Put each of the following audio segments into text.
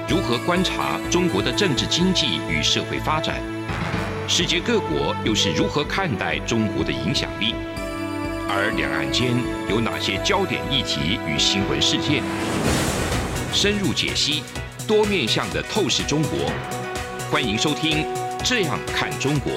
如何观察中国的政治经济与社会发展？世界各国又是如何看待中国的影响力？而两岸间有哪些焦点议题与新闻事件？深入解析，多面向的透视中国。欢迎收听《这样看中国》。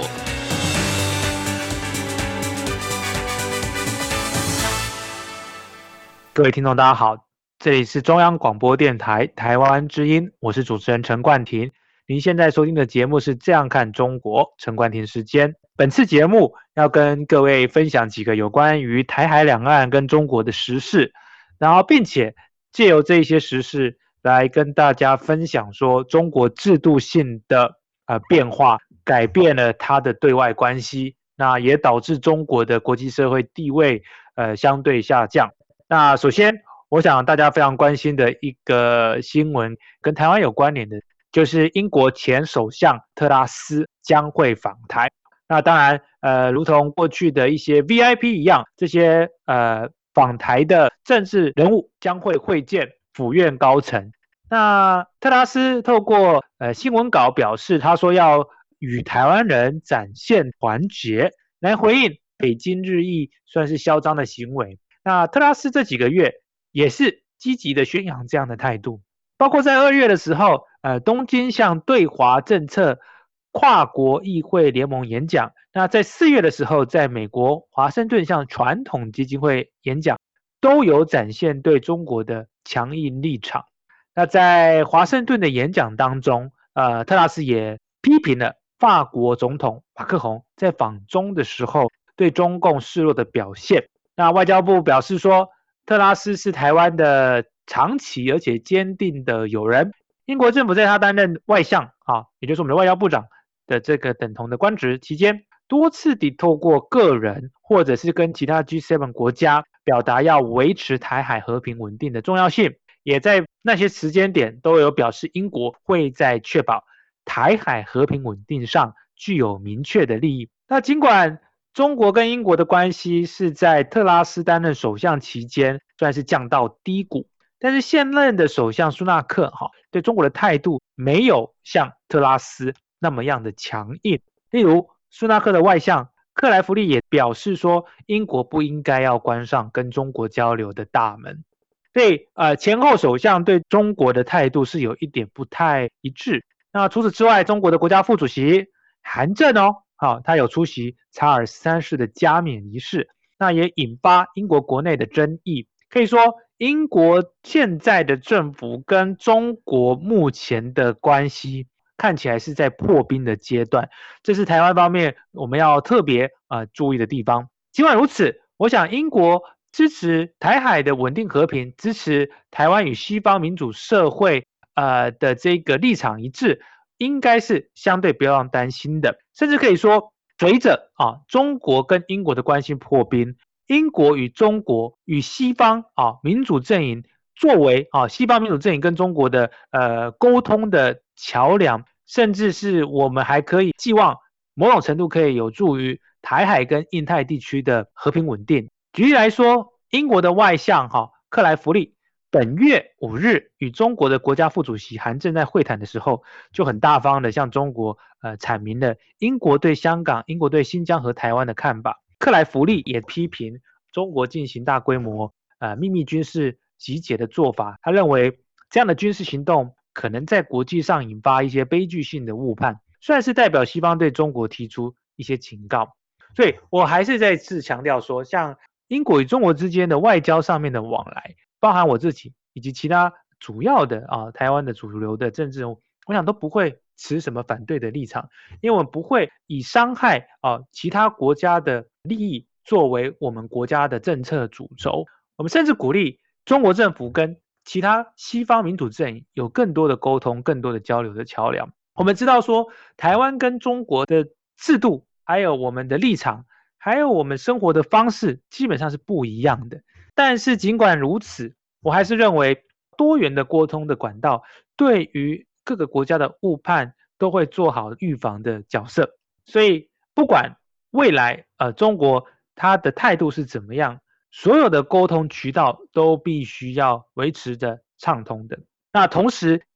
各位听众大家好，这里是中央广播电台台湾之音，我是主持人陈冠廷。您现在收听的节目是《这样看中国》，陈冠廷时间。本次节目要跟各位分享几个有关于台海两岸跟中国的时事，然后并且借由这些时事来跟大家分享说中国制度性的变化改变了它的对外关系，那也导致中国的国际社会地位相对下降。那首先我想大家非常关心的一个新闻跟台湾有关联的，就是英国前首相特拉斯将会访台。那当然如同过去的一些 VIP 一样，这些访台的政治人物将会会见府院高层。那特拉斯透过新闻稿表示，他说要与台湾人展现团结，来回应北京日益算是嚣张的行为。那特拉斯这几个月也是积极的宣扬这样的态度，包括在2月的时候，东京向对华政策跨国议会联盟演讲，那在4月的时候，在美国华盛顿向传统基金会演讲，都有展现对中国的强硬立场。那在华盛顿的演讲当中，特拉斯也批评了法国总统马克宏在访中的时候对中共示弱的表现。那外交部表示说，特拉斯是台湾的长期而且坚定的友人。英国政府在他担任外相也就是我们的外交部长的这个等同的官职期间，多次地透过个人或者是跟其他 G7 国家表达要维持台海和平稳定的重要性，也在那些时间点都有表示英国会在确保台海和平稳定上具有明确的利益。那尽管中国跟英国的关系是在特拉斯担任首相期间算是降到低谷，但是现任的首相苏纳克对中国的态度没有像特拉斯那么样的强硬。例如苏纳克的外相克莱弗利也表示说，英国不应该要关上跟中国交流的大门。所以前后首相对中国的态度是有一点不太一致。那除此之外，中国的国家副主席韩正他有出席查尔斯3世的加冕仪式，那也引发英国国内的争议。可以说英国现在的政府跟中国目前的关系看起来是在破冰的阶段，这是台湾方面我们要特别注意的地方。尽管如此，我想英国支持台海的稳定和平，支持台湾与西方民主社会的这个立场一致，应该是相对不要担心的。甚至可以说，随着中国跟英国的关系破冰，英国与中国与西方民主阵营作为西方民主阵营跟中国的沟通的桥梁，甚至是我们还可以寄望某种程度可以有助于台海跟印太地区的和平稳定。举例来说，英国的外相克莱弗利本月5日与中国的国家副主席韩正在会谈的时候，就很大方的向中国阐明了英国对香港、英国对新疆和台湾的看法。克莱弗利也批评中国进行大规模秘密军事集结的做法，他认为这样的军事行动可能在国际上引发一些悲剧性的误判，算是代表西方对中国提出一些警告。所以我还是再次强调说，像英国与中国之间的外交上面的往来，包含我自己以及其他主要的台湾的主流的政治人物，我想都不会持什么反对的立场，因为我们不会以伤害其他国家的利益作为我们国家的政策主轴。我们甚至鼓励中国政府跟其他西方民主阵营有更多的沟通、更多的交流的桥梁。我们知道说，台湾跟中国的制度，还有我们的立场，还有我们生活的方式基本上是不一样的。但是尽管如此，我还是认为多元的沟通的管道对于各个国家的误判都会做好预防的角色。所以不管未来中国它的态度是怎么样，所有的沟通渠道都必须要维持着畅通的。那同时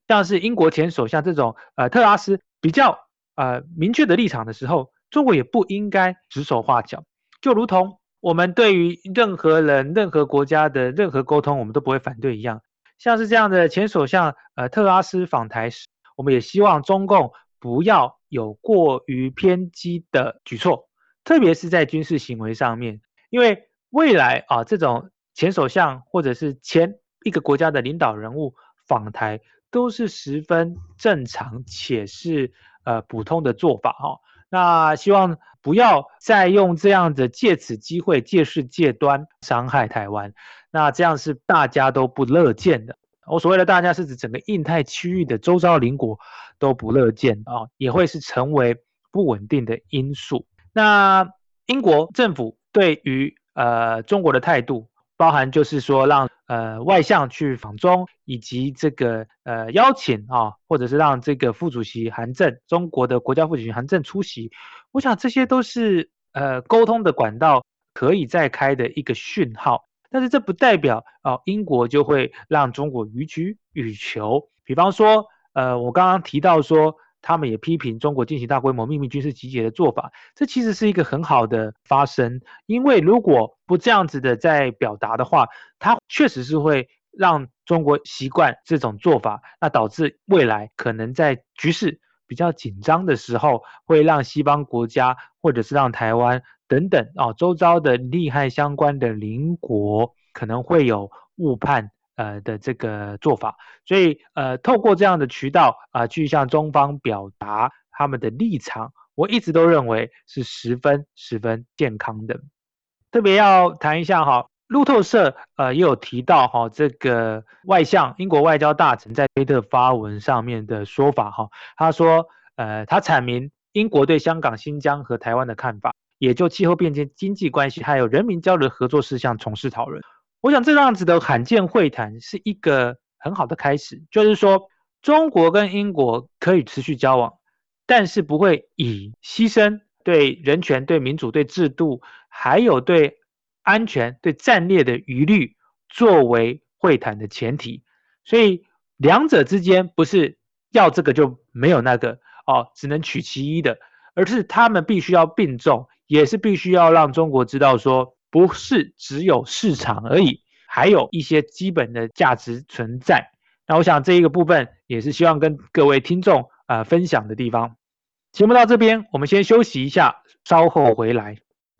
像是英国前首相这种特拉斯比较明确的立场的时候，中国也不应该指手画脚，就如同我们对于任何人、任何国家的任何沟通，我们都不会反对一样。像是这样的前首相特拉斯访台时，我们也希望中共不要有过于偏激的举措，特别是在军事行为上面，因为未来这种前首相或者是前一个国家的领导人物访台，都是十分正常且是普通的做法那希望不要再用这样的借此机会借势借端伤害台湾，那这样是大家都不乐见的。我所谓的大家是指整个印太区域的周遭邻国都不乐见也会是成为不稳定的因素。那英国政府对于中国的态度，包含就是说让外相去访中，以及这个邀请或者是让这个副主席韩正，中国的国家副主席韩正出席，我想这些都是沟通的管道可以再开的一个讯号。但是这不代表英国就会让中国予取予求。比方说我刚刚提到说他们也批评中国进行大规模秘密军事集结的做法，这其实是一个很好的发声，因为如果不这样子的在表达的话，它确实是会让中国习惯这种做法，那导致未来可能在局势比较紧张的时候，会让西方国家或者是让台湾等等周遭的利害相关的邻国可能会有误判的这个做法，所以透过这样的渠道去向中方表达他们的立场，我一直都认为是十分健康的。特别要谈一下路透社也有提到这个外相英国外交大臣在推特发文上面的说法他说他阐明英国对香港、新疆和台湾的看法，也就气候变迁、经济关系还有人民交流合作事项从事讨论。我想这样子的罕见会谈是一个很好的开始，就是说中国跟英国可以持续交往，但是不会以牺牲对人权、对民主、对制度还有对安全、对战略的疑虑作为会谈的前提。所以两者之间不是要这个就没有那个只能取其一的，而是他们必须要并重，也是必须要让中国知道说不是只有市场而已，还有一些基本的价值存在。那我想这一个部分也是希望跟各位听众分享的地方。节目到这边，我们先休息一下，稍后回来。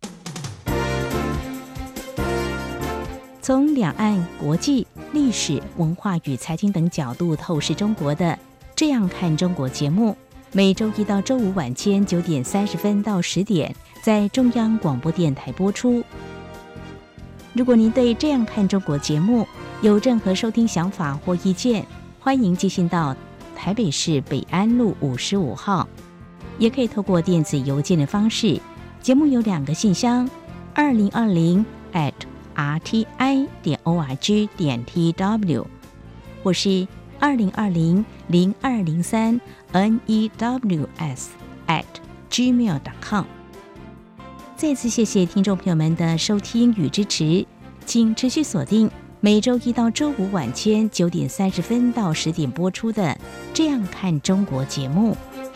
从两岸、国际、历史、文化与财经等角度透视中国的《这样看中国》节目，每周一到周五晚间9点30分到10点，在中央广播电台播出。如果您对《这样看中国》节目有任何收听想法或意见，欢迎寄信到台北市北安路55号，也可以透过电子邮件的方式。节目有2个信箱2020@rti.org.tw 或是2020-0203-news@gmail.com。 再次谢谢听众朋友们的收听与支持，请持续锁定每周一到周五晚间9点30分到10点播出的《这样看中国》节目。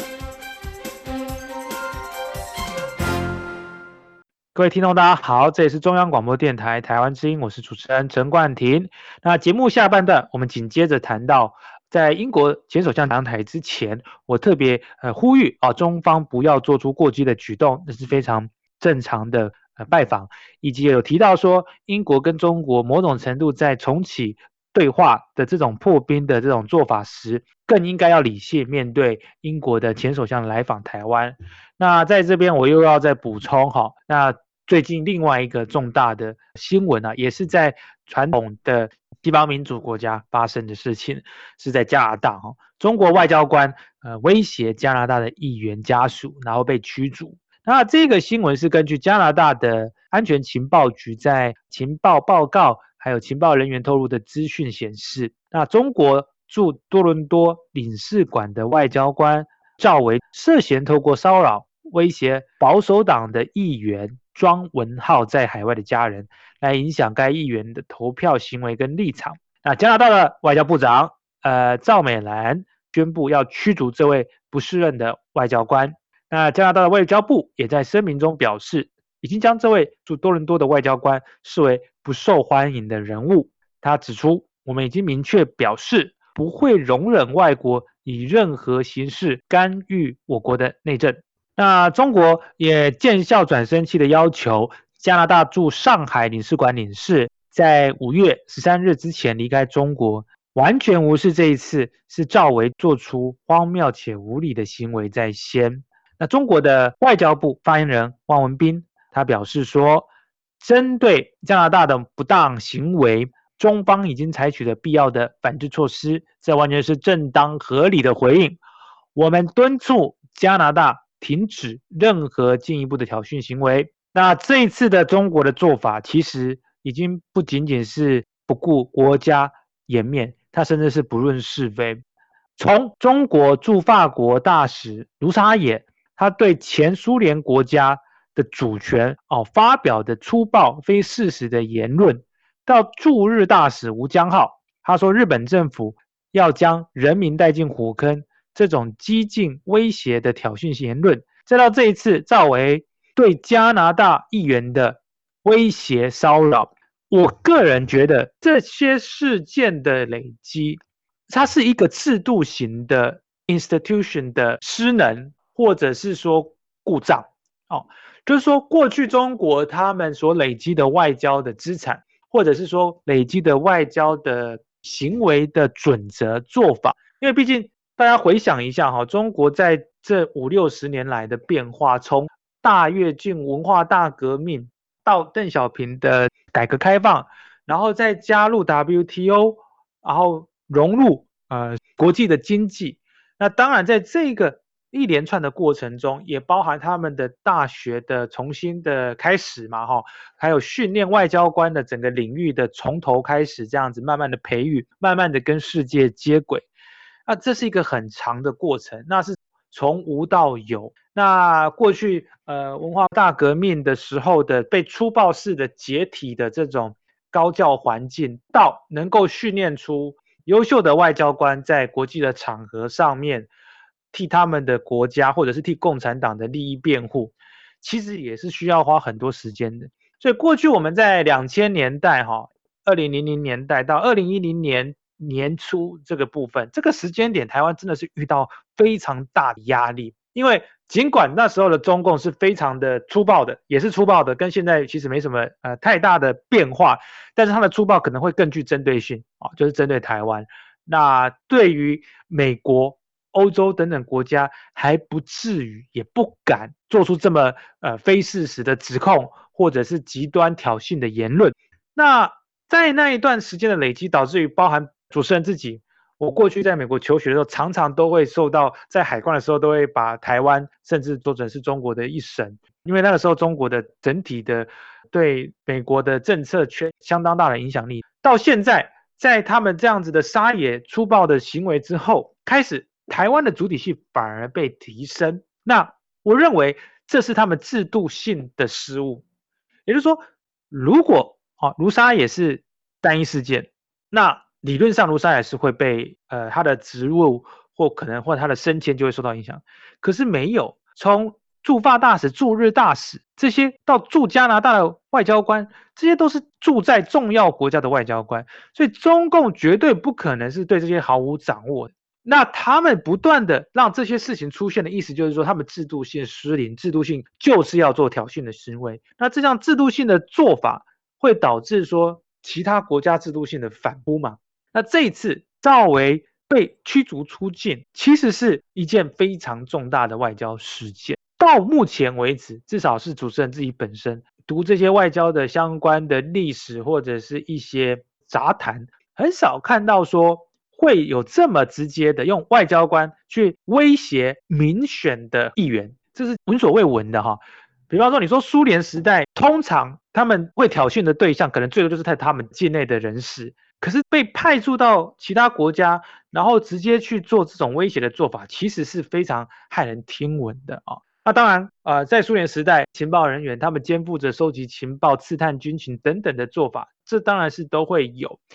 各位听众大家好，这里是中央广播电台台湾之音，我是主持人陈冠廷。那节目下半段我们紧接着谈到在英国前首相上台之前，我特别呼吁中方不要做出过激的举动，那是非常正常的拜访，以及有提到说英国跟中国某种程度在重启对话的这种破冰的这种做法时，更应该要理性面对英国的前首相来访台湾。那在这边我又要再补充那最近另外一个重大的新闻也是在传统的西方民主国家发生的事情，是在加拿大中国外交官威胁加拿大的议员家属，然后被驱逐。那这个新闻是根据加拿大的安全情报局在情报报告还有情报人员透露的资讯显示，那中国驻多伦多领事馆的外交官赵维涉嫌透过骚扰威胁保守党的议员庄文浩在海外的家人，来影响该议员的投票行为跟立场。那加拿大的外交部长赵美兰宣布要驱逐这位不适任的外交官。那加拿大的外交部也在声明中表示，已经将这位驻多伦多的外交官视为不受欢迎的人物。他指出，我们已经明确表示不会容忍外国以任何形式干预我国的内政。那中国也见效转生气的要求加拿大驻上海领事馆领事在5月13日之前离开中国，完全无视这一次是赵薇做出荒谬且无理的行为在先。那中国的外交部发言人汪文斌他表示说，针对加拿大的不当行为，中方已经采取了必要的反制措施，这完全是正当合理的回应。我们敦促加拿大停止任何进一步的挑衅行为。那这一次的中国的做法，其实已经不仅仅是不顾国家颜面，他甚至是不论是非。从中国驻法国大使卢沙野，他对前苏联国家的主权发表的粗暴非事实的言论，到驻日大使吴江浩，他说日本政府要将人民带进火坑，这种激进威胁的挑衅言论，再到这一次赵薇对加拿大议员的威胁骚扰，我个人觉得这些事件的累积，它是一个制度型的 institution 的失能，或者是说故障就是说过去中国他们所累积的外交的资产，或者是说累积的外交的行为的准则做法，因为毕竟大家回想一下中国在这50-60年来的变化，从大跃进文化大革命到邓小平的改革开放，然后再加入 WTO， 然后融入国际的经济，那当然在这个一连串的过程中，也包含他们的大学的重新的开始嘛还有训练外交官的整个领域的从头开始，这样子慢慢的培育，慢慢的跟世界接轨。那这是一个很长的过程，那是从无到有。那过去文化大革命的时候的被粗暴式的解体的这种高教环境，到能够训练出优秀的外交官在国际的场合上面替他们的国家或者是替共产党的利益辩护，其实也是需要花很多时间的。所以过去我们在2000年代2000年代到2010年年初这个部分，这个时间点台湾真的是遇到非常大的压力，因为尽管那时候的中共是非常的粗暴的，也是粗暴的，跟现在其实没什么太大的变化，但是它的粗暴可能会更具针对性就是针对台湾。那对于美国、欧洲等等国家还不至于也不敢做出这么非事实的指控，或者是极端挑衅的言论。那在那一段时间的累积，导致于包含主持人自己，我过去在美国求学的时候，常常都会受到在海关的时候都会把台湾甚至做成是中国的一省，因为那个时候中国的整体的对美国的政策圈相当大的影响力。到现在在他们这样子的沙野粗暴的行为之后，开始台湾的主体性反而被提升，那我认为这是他们制度性的失误。也就是说，如果卢沙野是单一事件，那理论上卢沙野是会被他的职务或他的升迁就会受到影响，可是没有，从驻法大使、驻日大使这些到驻加拿大的外交官，这些都是驻在重要国家的外交官，所以中共绝对不可能是对这些毫无掌握的。那他们不断的让这些事情出现的意思就是说，他们制度性失灵，制度性就是要做挑衅的行为。那这样制度性的做法会导致说其他国家制度性的反扑嘛？那这一次赵薇被驱逐出境，其实是一件非常重大的外交事件。到目前为止，至少是主持人自己本身读这些外交的相关的历史或者是一些杂谈，很少看到说会有这么直接的用外交官去威胁民选的议员，这是闻所未闻的比方说你说苏联时代，通常他们会挑衅的对象可能最多就是在他们境内的人士，可是被派驻到其他国家，然后直接去做这种威胁的做法，其实是非常骇人听闻的那当然在苏联时代，情报人员他们肩负着收集情报、刺探军情等等的做法，这当然是都会有。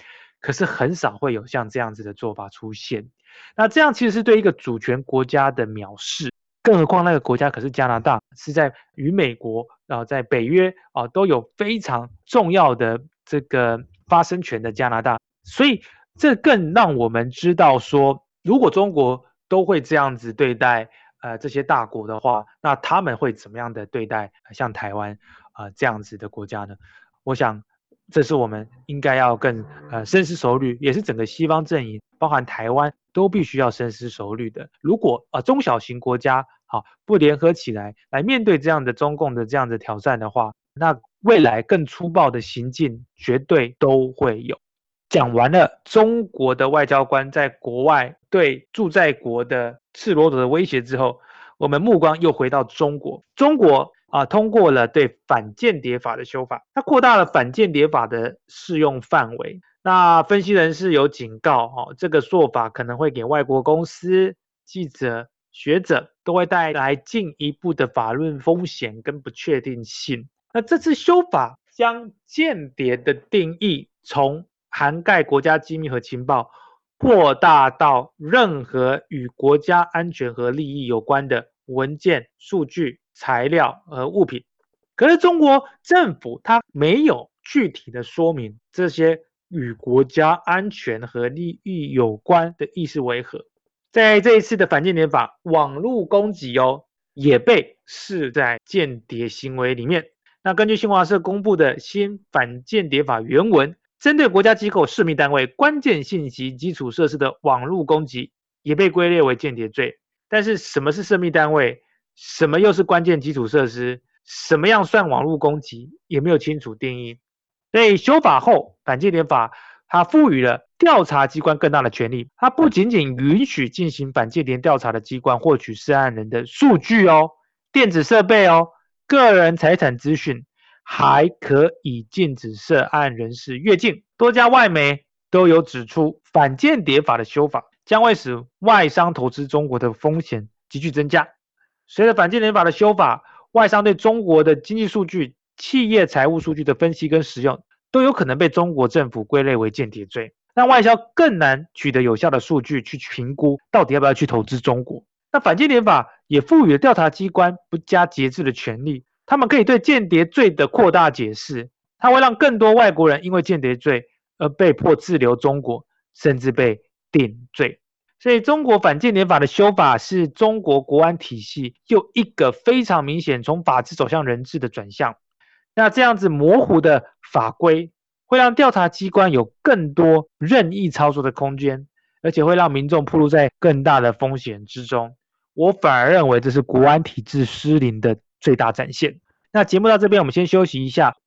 可是很少会有像这样子的做法出现。那这样其实是对一个主权国家的藐视，更何况那个国家可是加拿大，是在与美国在北约都有非常重要的这个发声权的加拿大，所以这更让我们知道说，如果中国都会这样子对待这些大国的话，那他们会怎么样的对待像台湾这样子的国家呢？我想这是我们应该要更深思熟虑，也是整个西方阵营包含台湾都必须要深思熟虑的。如果中小型国家不联合起来面对这样的中共的这样的挑战的话，那未来更粗暴的行径绝对都会有。讲完了中国的外交官在国外对驻在国的赤裸裸的威胁之后，我们目光又回到中国。中国通过了对反间谍法的修法，它扩大了反间谍法的适用范围。那分析人士有警告这个做法可能会给外国公司、记者、学者都会带来进一步的法律风险跟不确定性。那这次修法将间谍的定义从涵盖国家机密和情报扩大到任何与国家安全和利益有关的文件、数据、材料和物品。可是中国政府它没有具体的说明这些与国家安全和利益有关的意思为何。在这一次的反间谍法，网络攻击也被视在间谍行为里面。那根据新华社公布的新反间谍法原文，针对国家机构、市民单位、关键信息基础设施的网络攻击也被归类为间谍罪。但是什么是涉密单位，什么又是关键基础设施，什么样算网络攻击，也没有清楚定义。所以修法后，反间谍法它赋予了调查机关更大的权力，它不仅仅允许进行反间谍调查的机关获取涉案人的数据电子设备个人财产资讯，还可以禁止涉案人士越境。多家外媒都有指出，反间谍法的修法将会使外商投资中国的风险急剧增加。随着反间谍法的修法，外商对中国的经济数据、企业财务数据的分析跟使用都有可能被中国政府归类为间谍罪，让外销更难取得有效的数据去评估到底要不要去投资中国。那反间谍法也赋予了调查机关不加节制的权利，他们可以对间谍罪的扩大解释，它会让更多外国人因为间谍罪而被迫滞留中国，甚至被定罪。所以中国反间谍法的修法是中国国安体系又一个非常明显从法治走向人治的转向。那这样子模糊的法规会让调查机关有更多任意操作的空间，而且会让民众暴露在更大的风险之中。我反而认为这是国安体制失灵的最大展现。那节目到这边，我们先休息一下。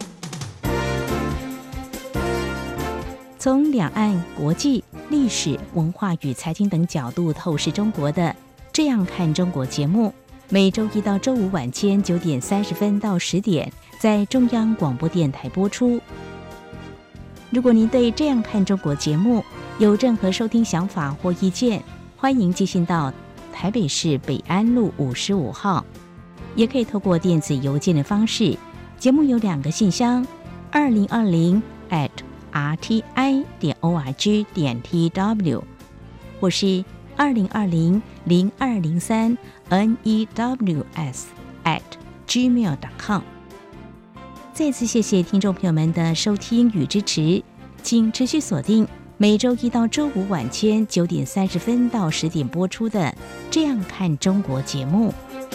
从两岸、国际、历史、文化与财经等角度透视中国的《这样看中国》节目，每周一到周五晚间9点30分到10点，在中央广播电台播出。如果您对《这样看中国》节目有任何收听想法或意见，欢迎寄信到台北市北安路55号，也可以透过电子邮件的方式。节目有2个信箱，2020@rti.org.tw 或是2020-0203-news@gmail.com。再次谢谢听众朋友们的收听与支持，请持续锁定每周一到周五晚间9点30分到10点播出的《这样看中国》节目。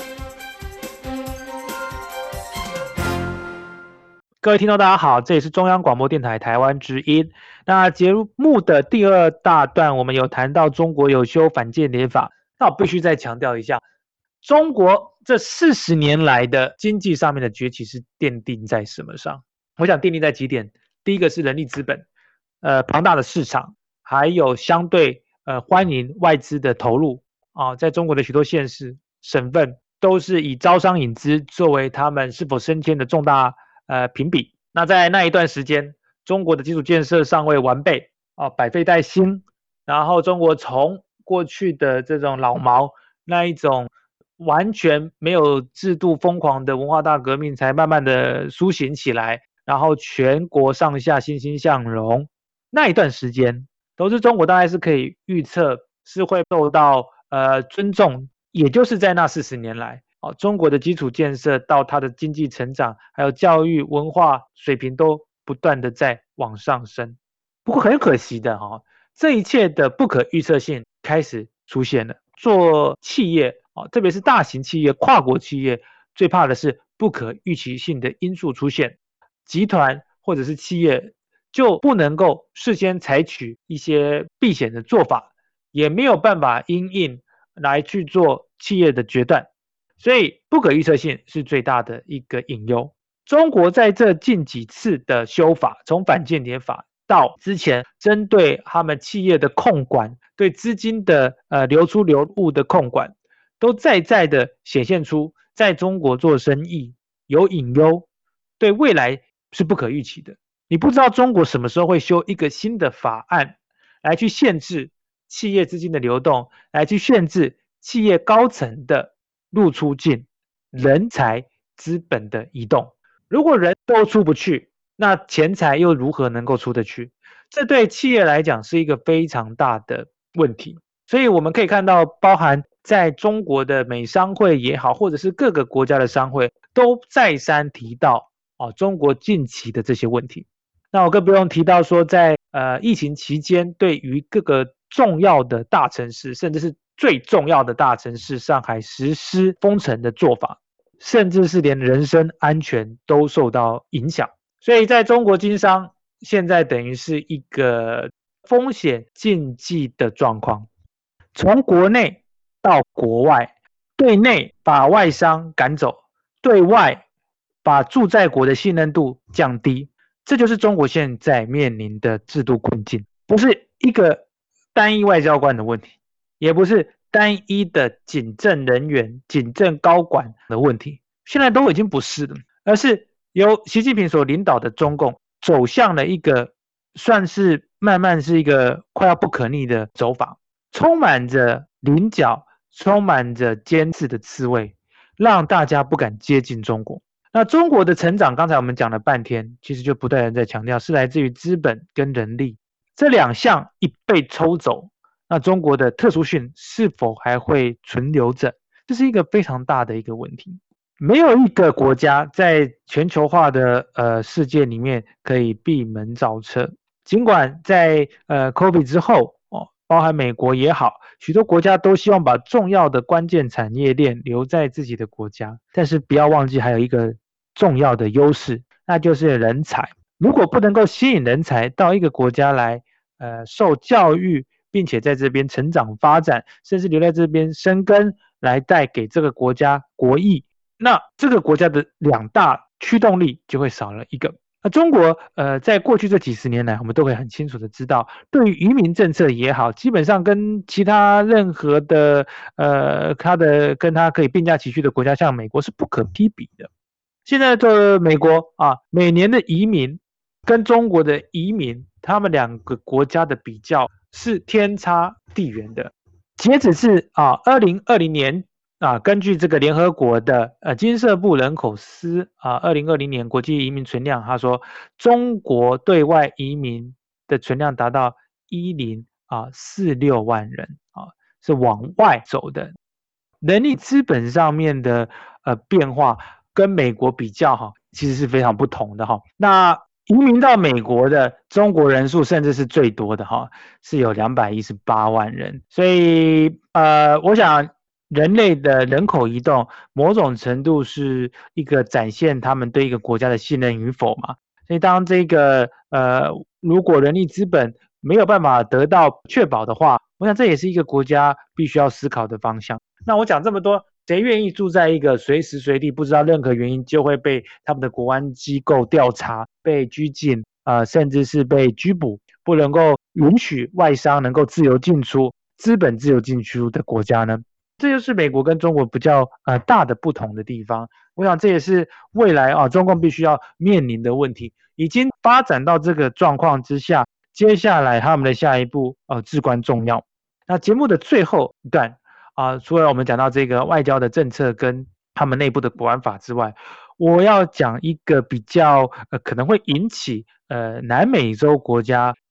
各位听众大家好，这里是中央广播电台台湾之音。那节目的第2大段，我们有谈到中国有修反间谍法。那我必须再强调一下，中国这40年来的经济上面的崛起是奠定在什么上？我想奠定在几点。第一个是人力资本，庞大的市场，还有相对欢迎外资的投入在中国的许多县市、省份都是以招商引资作为他们是否升迁的重大评比。那在那一段时间，中国的基础建设尚未完备百废待兴，然后中国从过去的这种老毛那一种完全没有制度疯狂的文化大革命才慢慢的苏醒起来，然后全国上下欣欣向荣。 那一段时间，投资中国大概是可以预测是会受到尊重，也就是在那40年来，中国的基础建设到它的经济成长，还有教育文化水平都不断的在往上升。不过很可惜的这一切的不可预测性开始出现了。做企业特别是大型企业、跨国企业，最怕的是不可预期性的因素出现，集团或者是企业就不能够事先采取一些避险的做法，也没有办法因应来去做企业的决断，所以不可预测性是最大的一个隐忧。中国在这近几次的修法，从反间谍法到之前针对他们企业的控管，对资金的流出流入的控管，都在的显现出在中国做生意有隐忧，对未来是不可预期的。你不知道中国什么时候会修一个新的法案来去限制企业资金的流动，来去限制企业高层的入出境、人才资本的移动。如果人都出不去，那钱财又如何能够出得去？这对企业来讲是一个非常大的问题。所以我们可以看到，包含在中国的美商会也好，或者是各个国家的商会，都再三提到中国近期的这些问题。那我更不用提到说，在疫情期间，对于各个重要的大城市，甚至是最重要的大城市上海实施封城的做法，甚至是连人身安全都受到影响。所以在中国经商现在等于是一个风险禁忌的状况，从国内到国外，对内把外商赶走，对外把驻在国的信任度降低，这就是中国现在面临的制度困境，不是一个单一外交官的问题，也不是单一的警政人员、警政高管的问题，现在都已经不是了，而是由习近平所领导的中共走向了一个算是慢慢是一个快要不可逆的走法，充满着棱角，充满着尖刺的刺猬，让大家不敢接近中国。那中国的成长，刚才我们讲了半天，其实就不断的在强调是来自于资本跟人力，这两项一被抽走，那中国的特殊性是否还会存留着？这是一个非常大的一个问题。没有一个国家在全球化的世界里面可以闭门造车，尽管在COVID 之后包含美国也好，许多国家都希望把重要的关键产业链留在自己的国家，但是不要忘记还有一个重要的优势，那就是人才。如果不能够吸引人才到一个国家来受教育，并且在这边成长发展，甚至留在这边生根，来带给这个国家国益，那这个国家的两大驱动力就会少了一个。那中国在过去这几十年来，我们都会很清楚的知道，对于移民政策也好，基本上跟其他任何的跟它可以并驾齐驱的国家，像美国是不可匹比的。现在的美国每年的移民跟中国的移民，他们两个国家的比较是天差地远的。截止是2020年根据这个联合国的经社部人口司2020年国际移民存量，他说中国对外移民的存量达到1046万人是往外走的。人力资本上面的变化跟美国比较其实是非常不同的那移民到美国的中国人数甚至是最多的是有218万人。所以我想人类的人口移动某种程度是一个展现他们对一个国家的信任与否嘛。所以当这个如果人力资本没有办法得到确保的话，我想这也是一个国家必须要思考的方向。那我讲这么多，谁愿意住在一个随时随地不知道任何原因就会被他们的国安机构调查、被拘禁甚至是被拘捕，不能够允许外商能够自由进出、资本自由进出的国家呢？这就是美国跟中国比较大的不同的地方。我想这也是未来中共必须要面临的问题。已经发展到这个状况之下，接下来他们的下一步至关重要。那节目的最后一段除了我们讲到这个外交的政策跟他们内部的国安法之外，我要讲一个比较可能会引起南美洲国家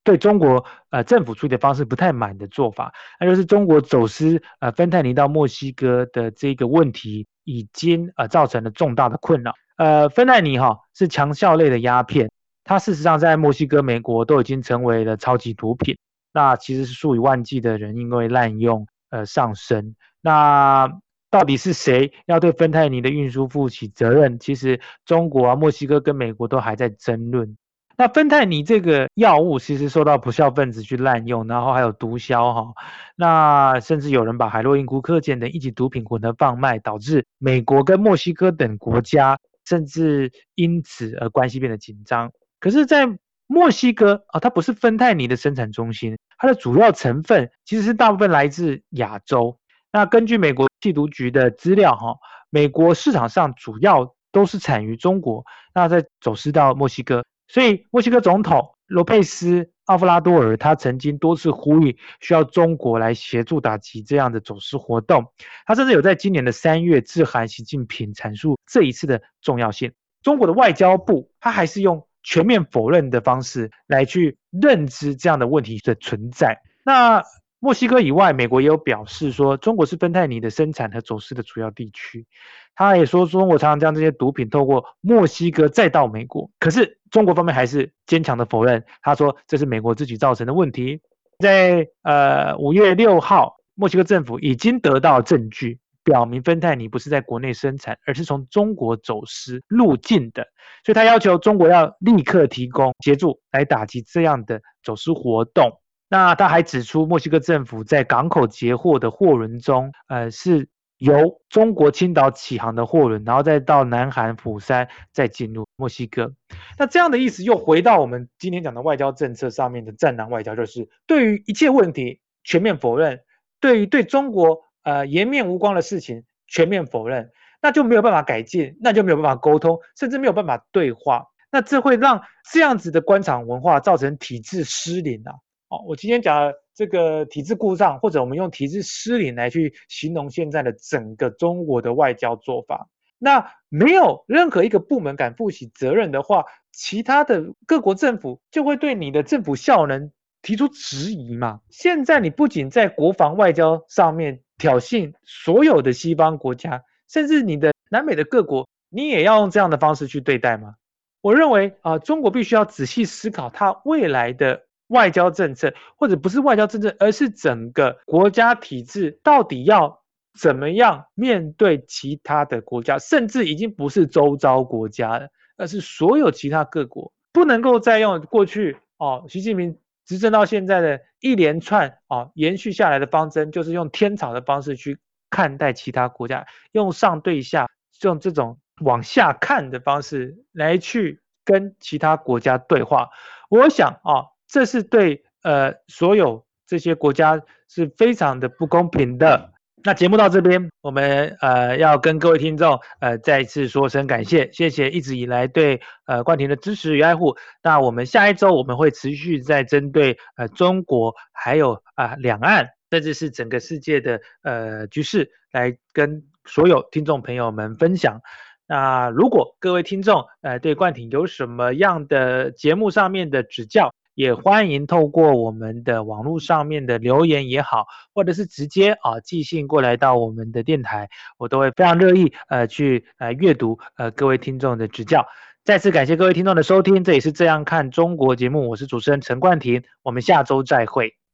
对中国政府处理的方式不太满的做法，那就是中国走私芬太尼到墨西哥的这个问题已经造成了重大的困扰。芬太尼是强效类的鸦片，它事实上在墨西哥、美国都已经成为了超级毒品。那其实是数以万计的人因为滥用上升。那到底是谁要对芬太尼的运输负起责任？其实中国墨西哥跟美国都还在争论。那芬太尼这个药物其实受到不肖分子去滥用，然后还有毒枭那甚至有人把海洛因、古柯碱等一级毒品混合贩卖，导致美国跟墨西哥等国家甚至因此而关系变得紧张。可是在墨西哥它不是芬太尼的生产中心，它的主要成分其实是大部分来自亚洲。那根据美国缉毒局的资料美国市场上主要都是产于中国，那再走私到墨西哥。所以墨西哥总统罗佩斯·奥夫拉多尔他曾经多次呼吁需要中国来协助打击这样的走私活动。他甚至有在今年的3月致函习近平阐述这一次的重要性。中国的外交部他还是用全面否认的方式来去认知这样的问题的存在。那墨西哥以外，美国也有表示说中国是芬太尼的生产和走私的主要地区。他也说中国常常将这些毒品透过墨西哥再到美国，可是中国方面还是坚强的否认。他说这是美国自己造成的问题。在5月6号，墨西哥政府已经得到证据，表明芬太尼不是在国内生产，而是从中国走私入境的，所以他要求中国要立刻提供协助来打击这样的走私活动。那他还指出，墨西哥政府在港口截获的货轮中，是由中国青岛起航的货轮，然后再到南韩釜山，再进入墨西哥。那这样的意思又回到我们今天讲的外交政策上面的战狼外交，就是对于一切问题全面否认，对于对中国颜面无光的事情全面否认，那就没有办法改进，那就没有办法沟通，甚至没有办法对话。那这会让这样子的官场文化造成体制失灵我今天讲的这个体制故障，或者我们用体制失灵来去形容现在的整个中国的外交做法。那没有任何一个部门敢负起责任的话，其他的各国政府就会对你的政府效能提出质疑嘛。现在你不仅在国防外交上面挑衅所有的西方国家，甚至你的南美的各国，你也要用这样的方式去对待吗？我认为中国必须要仔细思考它未来的外交政策，或者不是外交政策，而是整个国家体制到底要怎么样面对其他的国家，甚至已经不是周遭国家了，而是所有其他各国。不能够再用过去习近平执政到现在的一连串延续下来的方针，就是用天朝的方式去看待其他国家，用上对下，用这种往下看的方式来去跟其他国家对话。我想这是对所有这些国家是非常的不公平的。那节目到这边，我们要跟各位听众再一次说声感谢，谢谢一直以来对冠廷的支持与爱护。那我们下一周我们会持续在针对中国还有两岸，甚至是整个世界的局势来跟所有听众朋友们分享。那如果各位听众对冠廷有什么样的节目上面的指教，也欢迎透过我们的网络上面的留言也好，或者是直接寄信过来到我们的电台，我都会非常乐意去阅读各位听众的指教。再次感谢各位听众的收听，这也是这样看中国节目，我是主持人陈冠廷，我们下周再会。